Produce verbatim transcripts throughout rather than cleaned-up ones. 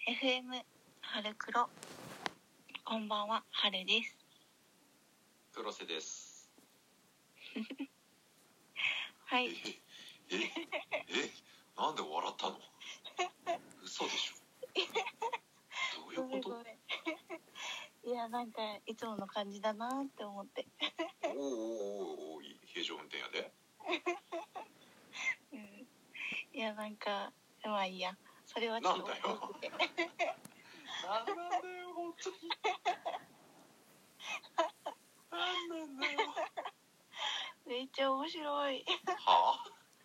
エフエム 春黒。こんばんは、春です。 黒瀬です。 はい。 えええなんで笑ったの？嘘でしょ。どういうこと？ ごめんごめんいや、なんかいつもの感じだなって思って。 おーおーおーおー平常運転やで。 うん、いや、なんかまあいいや。それはちょっとなんだよ。なんなんだよ本当に。なんなんだよ。 めっちゃ面白い。 は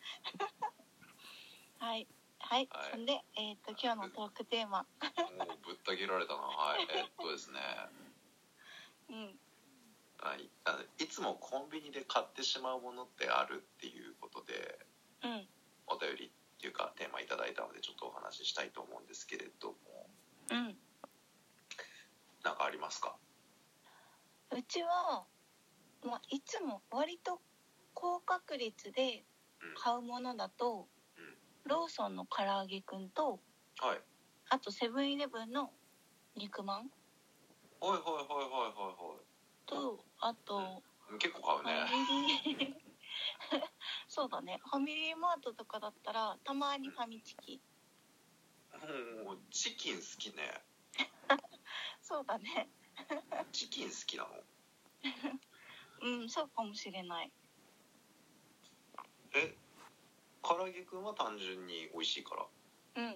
あ。はい。はい。 はい、 そんで、えっ、ー、と今日のトークテーマ。もうぶった切られたな。はい。えっとですね。 うん。 はい。あのいつもコンビニで買ってしまうものってあるっていうことで、 うん。 お便りっていうかテーマいただいたのでちょっとお話ししたいと思うんですけれども。 うん。 なんかありますか？ うちは、まあ、いつも割と高確率で買うものだと、うん、ローソンの唐揚げくんと、 はい、 あとセブンイレブンの肉まん、 はいはいはいはいはいはいと、あと、 うん、結構買うね。 ファミリーそうだね、ファミリーマートとかだったらたまにファミチキ。 もうチキン好きね。 そうだねチキン好きなの？ うん、そうかもしれない。 え、唐揚げくんは単純に美味しいから？ うん。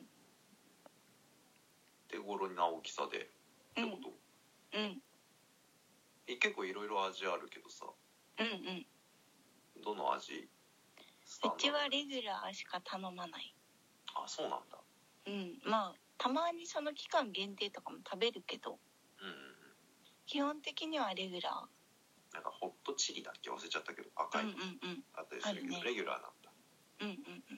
手頃な大きさでってこと？ うん、うん、 え、結構いろいろ味あるけどさ。 うんうん。 どの味？ うちはレギュラーしか頼まない。 あ、そうなんだ。 うん、まあたまにその期間限定とかも食べるけど、うん、基本的にはレギュラー。 なんかホットチリだっけ忘れちゃったけど赤いの、うんうんうん、あったりするけど、ね、レギュラーなんだ。うんうん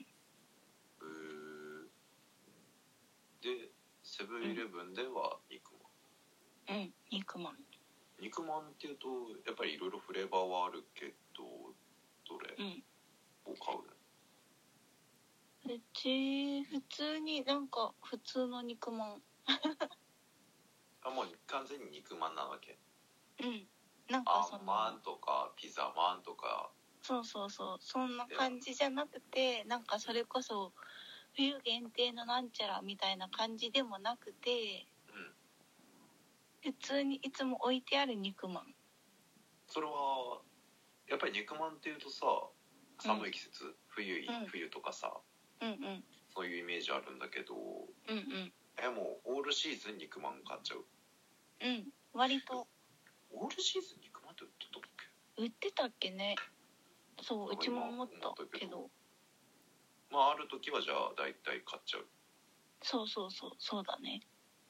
うん。でセブンイレブンでは肉まん。 うん、肉まん。 肉まんっていうとやっぱりいろいろフレーバーはあるけどどれを買うの？ うち普通になんか普通の肉まんあ、もう完全に肉まんなわけ？ うん、なんかそのあんまんとかピザまんとか、そうそうそう、そんな感じじゃなくて、なんかそれこそ冬限定のなんちゃらみたいな感じでもなくて、うん、普通にいつも置いてある肉まん。 それはやっぱり肉まんっていうとさ、寒い季節、うん、冬、うん、冬とかさ、うんうん、そういうイメージあるんだけど、うんうん、え、もうオールシーズン肉まん買っちゃう？ うん、割と。 オールシーズン肉まんって売ってたっけ？ 売ってたっけね。そう、うちも思ったけど。 まあある時はじゃあだいたい買っちゃう。 そうそうそう、そうだね。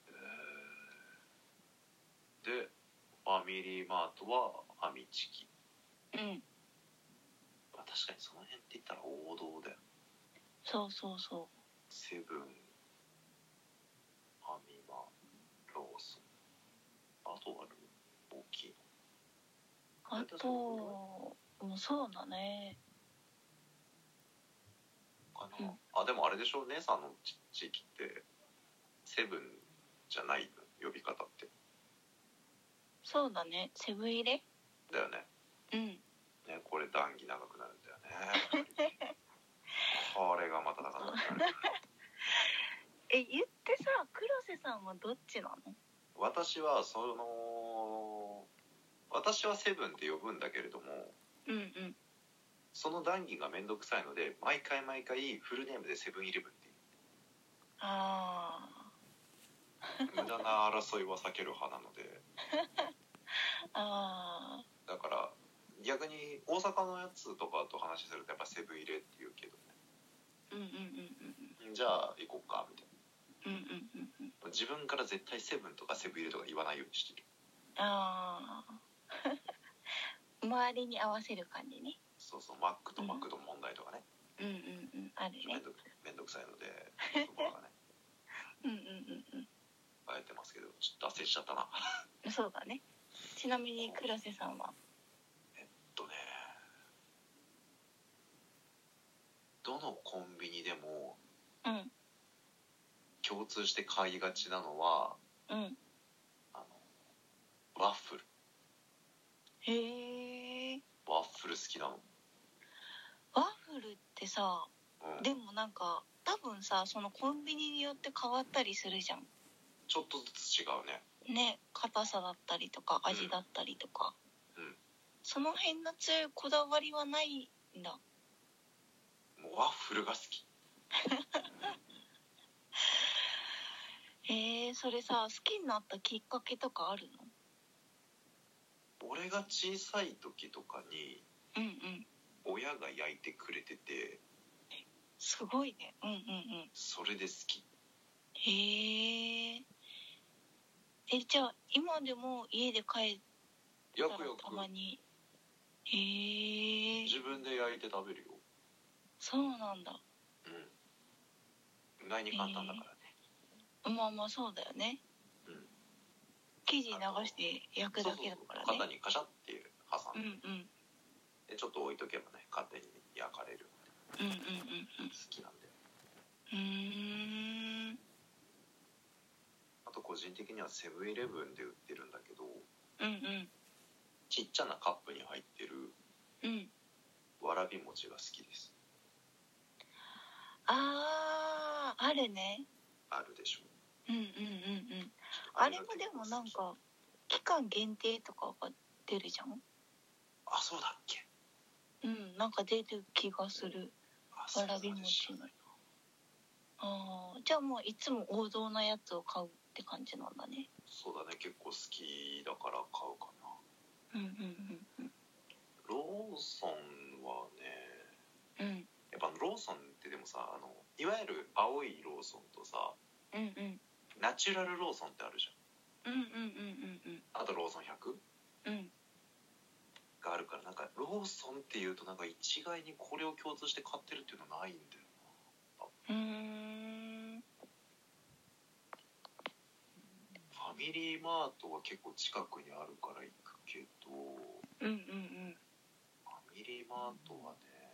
えー、でファミリーマートはファミチキ。うん。まあ、確かにその辺って言ったら王道だよ。 そうそうそう。 セブン、ファミマ、ローソン。あとは大きいの。 あと、もうそうだね。 かな、うん、あ、でもあれでしょ、姉さんの地域ってセブンじゃない呼び方って。 そうだね、セブン入れだよね。うんね、これ談義長くなるんだよねこれがまた長くなるえ、言ってさ、黒瀬さんはどっちなの？ 私はその私はセブンって呼ぶんだけれども、うんうん、その談義がめんどくさいので毎回毎回フルネームでセブンイレブンっていう。あ無駄な争いは避ける派なのであだから逆に大阪のやつとかと話するとやっぱセブン入れって言うけどね、うんうんうんうん、じゃあ行こうかみたいな、うんうんうんうん、自分から絶対セブンとかセブン入れとか言わないようにしてる。ああ周りに合わせる感じね。そうそう、マックとマクド問題とかね、うん、うんうんうんあるね。めんどく、めんどくさいのでそこらがねうんうんうんうんあえてますけどちょっと脱線しちゃったなそうだね。ちなみに黒瀬さんは？ えっとねどのコンビニでも、うん、 共通して買いがちなのは、 うん、 あのワッフル。 へえ。 ワッフル好きなの。 ワッフルってさ、 うん、 でもなんか多分さ、そのコンビニによって変わったりするじゃん。 ちょっとずつ違うね。 ね、硬さだったりとか味だったりとか、 うんうん、その辺の強いこだわりはないんだ。 もうワッフルが好き。 へえ、それさ、好きになったきっかけとかあるの？ 俺が小さい時とかに、 うんうん、 親が焼いてくれてて、 すごいね。うんうんうん。 それで好き。 へえ。え、じゃあ今でも家で帰ったらたまに。へえ。 自分で焼いて食べるよ。 そうなんだ。 うん。意外に簡単だからね。 まあまあそうだよね。 うん。 生地流して焼くだけだからね。 そうそうそう、型にカシャって挟んで、 うんうん、 でちょっと置いとけばね、勝手に焼かれる。 うんうんうんうん。 好きなんだよ。 うーん。 あと個人的にはセブンイレブンで売ってるんだけど、 うんうん。 ちっちゃなカップに入ってる、 うん。 わらび餅が好きです。 あー、あるね。 あるでしょ。 うんうんうんうん。あれもでもなんか期間限定とかが出るじゃん。 あ、そうだっけ。 うん、なんか出る気がする。わらび餅の。あー、じゃあもういつも王道なやつを買うって感じなんだね。 そうだね、結構好きだから買うかな。うんうんうんうん。 ローソンはね、うん、やっぱローソンってでもさ、あのいわゆる青いローソンとさ、 うんうん、 ナチュラルローソンってあるじゃん。うんうんうんうんうん。 あとローソンひゃく、 うん、 があるから、なんかローソンっていうとなんか一概にこれを共通して買ってるっていうのはないんだよな。うーん。ファミリーマートは結構近くにあるから行くけど、 うんうんうん。 ファミリーマートはね、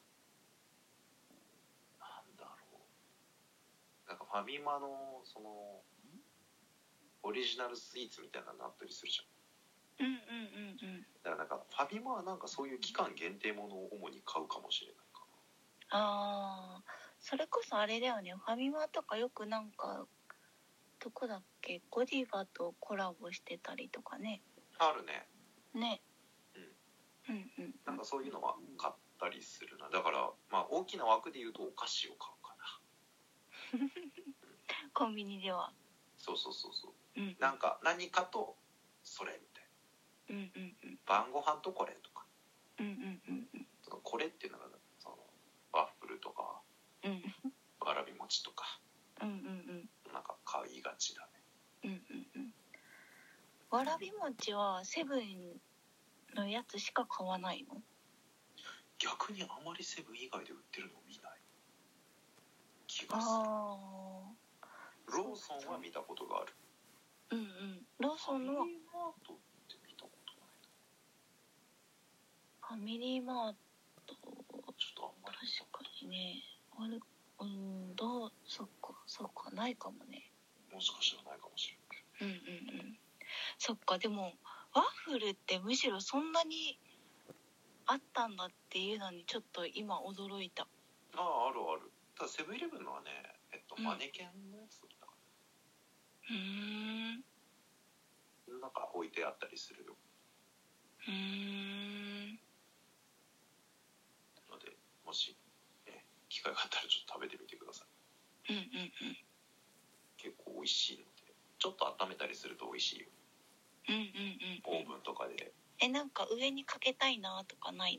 なんだろう、なんかファミマのそのオリジナルスイーツみたいなのあったりするじゃん。うんうんうんうん。だからなんかファミマはなんかそういう期間限定ものを主に買うかもしれないかな。ああ、それこそあれだよね。ファミマとかよくなんかどこだっけ、ゴディバとコラボしてたりとかね。 あるね。 ね。 うん。うんうん。なんかそういうのは買ったりするな。だからまあ大きな枠で言うとお菓子を買うかな。 コンビニでは。 そうそうそうそう。うん、なんか何かとそれみたいな。うんうんうん。晩ご飯とこれとか。うんうんうんうん。そのこれっていうのがそのワッフルとか、うん、わらび餅とか。うんうんうん。なんか買いがちだね。うんうんうん。 わらび餅はセブンのやつしか買わないの？ 逆にあまりセブン以外で売ってるの見ない気がする。あー、ローソンは見たことがある。 うんうん。ローソンのファミリーマートって見たことないな。 ファミリーマート、ちょっとあんまり確かにね。あれ、うん、どう、そっかそっか、ないかもね。 もしかしたらないかもしれない。 うんうんうん。そっか、でもワッフルってむしろそんなにあったんだっていうのにちょっと今驚いた。ああ、あるある。ただセブンイレブンのはね、えっと、うん、マネケンのやつだったかな。うーん。なんか置いてあったりするよ。うーん。ので、もし、ね、機会があったらちょっと食べてみてください。うんうんうん。結構美味しいので、ちょっと温めたりすると美味しいよ。うんうんうん。オーブンとかで。 え、なんか上にかけたいなとかないの？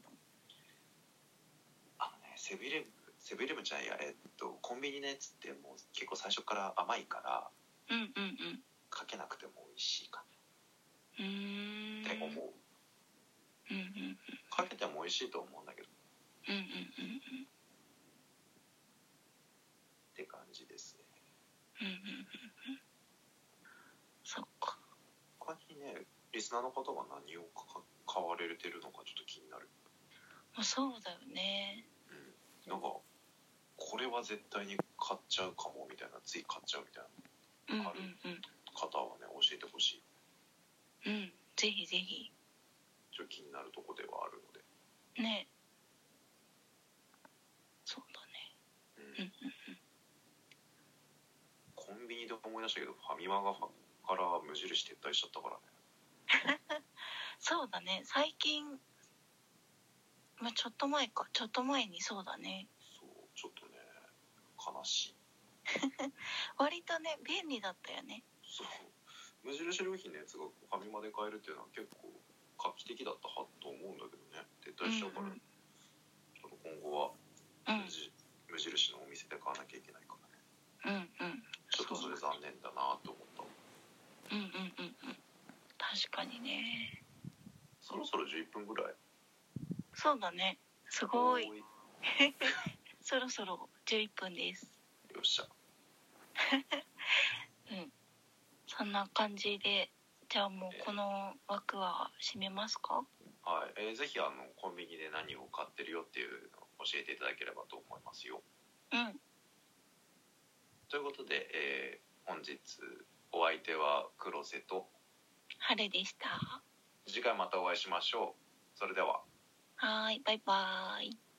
あのね、セブンイレブン、セブンイレブンじゃないや、えっと、コンビニのやつってもう結構最初から甘いから、うんうんうん。かけなくても美味しいかな。うーん。って思う。うんうんうん。かけても美味しいと思うんだけど。うんうんうんうん。って感じですね。うんうんうんうん。 そっか。 他にね、リスナーの方が何を買われてるのかちょっと気になる。 まあ、そうだよね。 うん。なんかこれは絶対に買っちゃうかもみたいな、つい買っちゃうみたいな、うんうんうん、ある方はね教えてほしい。うん、ぜひぜひ。 ちょっと気になるとこではあるので。ね。そうだね。うんうんうん。 コンビニで思い出したけど、ファミマがから無印撤退しちゃったからね。そうだね。最近、まあ、ちょっと前か、ちょっと前にそうだね。 そう、ちょっとね、悲しい。 割とね、便利だったよね。 そう。無印良品のやつがファミマで買えるっていうのは結構画期的だったはと思うんだけどね。撤退しちゃうから、うんうん、ちょっと今後は無印、うん、無印のお店で買わなきゃいけないからね。うんうん。ちょっとそれ残念だなと思った。 うんうんうんうん。確かにね。 そろそろじゅういっぷんぐらい。そうだね。すごい。そろそろじゅういっぷんです。 よっしゃ。 うん。そんな感じで、じゃあもうこの枠は締めますか？ はい。えー、ぜひあのコンビニで何を買ってるよっていうのを教えていただければと思いますよ。うん。ということで、えー、本日お相手は黒瀬と春でした。 次回またお会いしましょう。それでは。 はい、バイバーイ。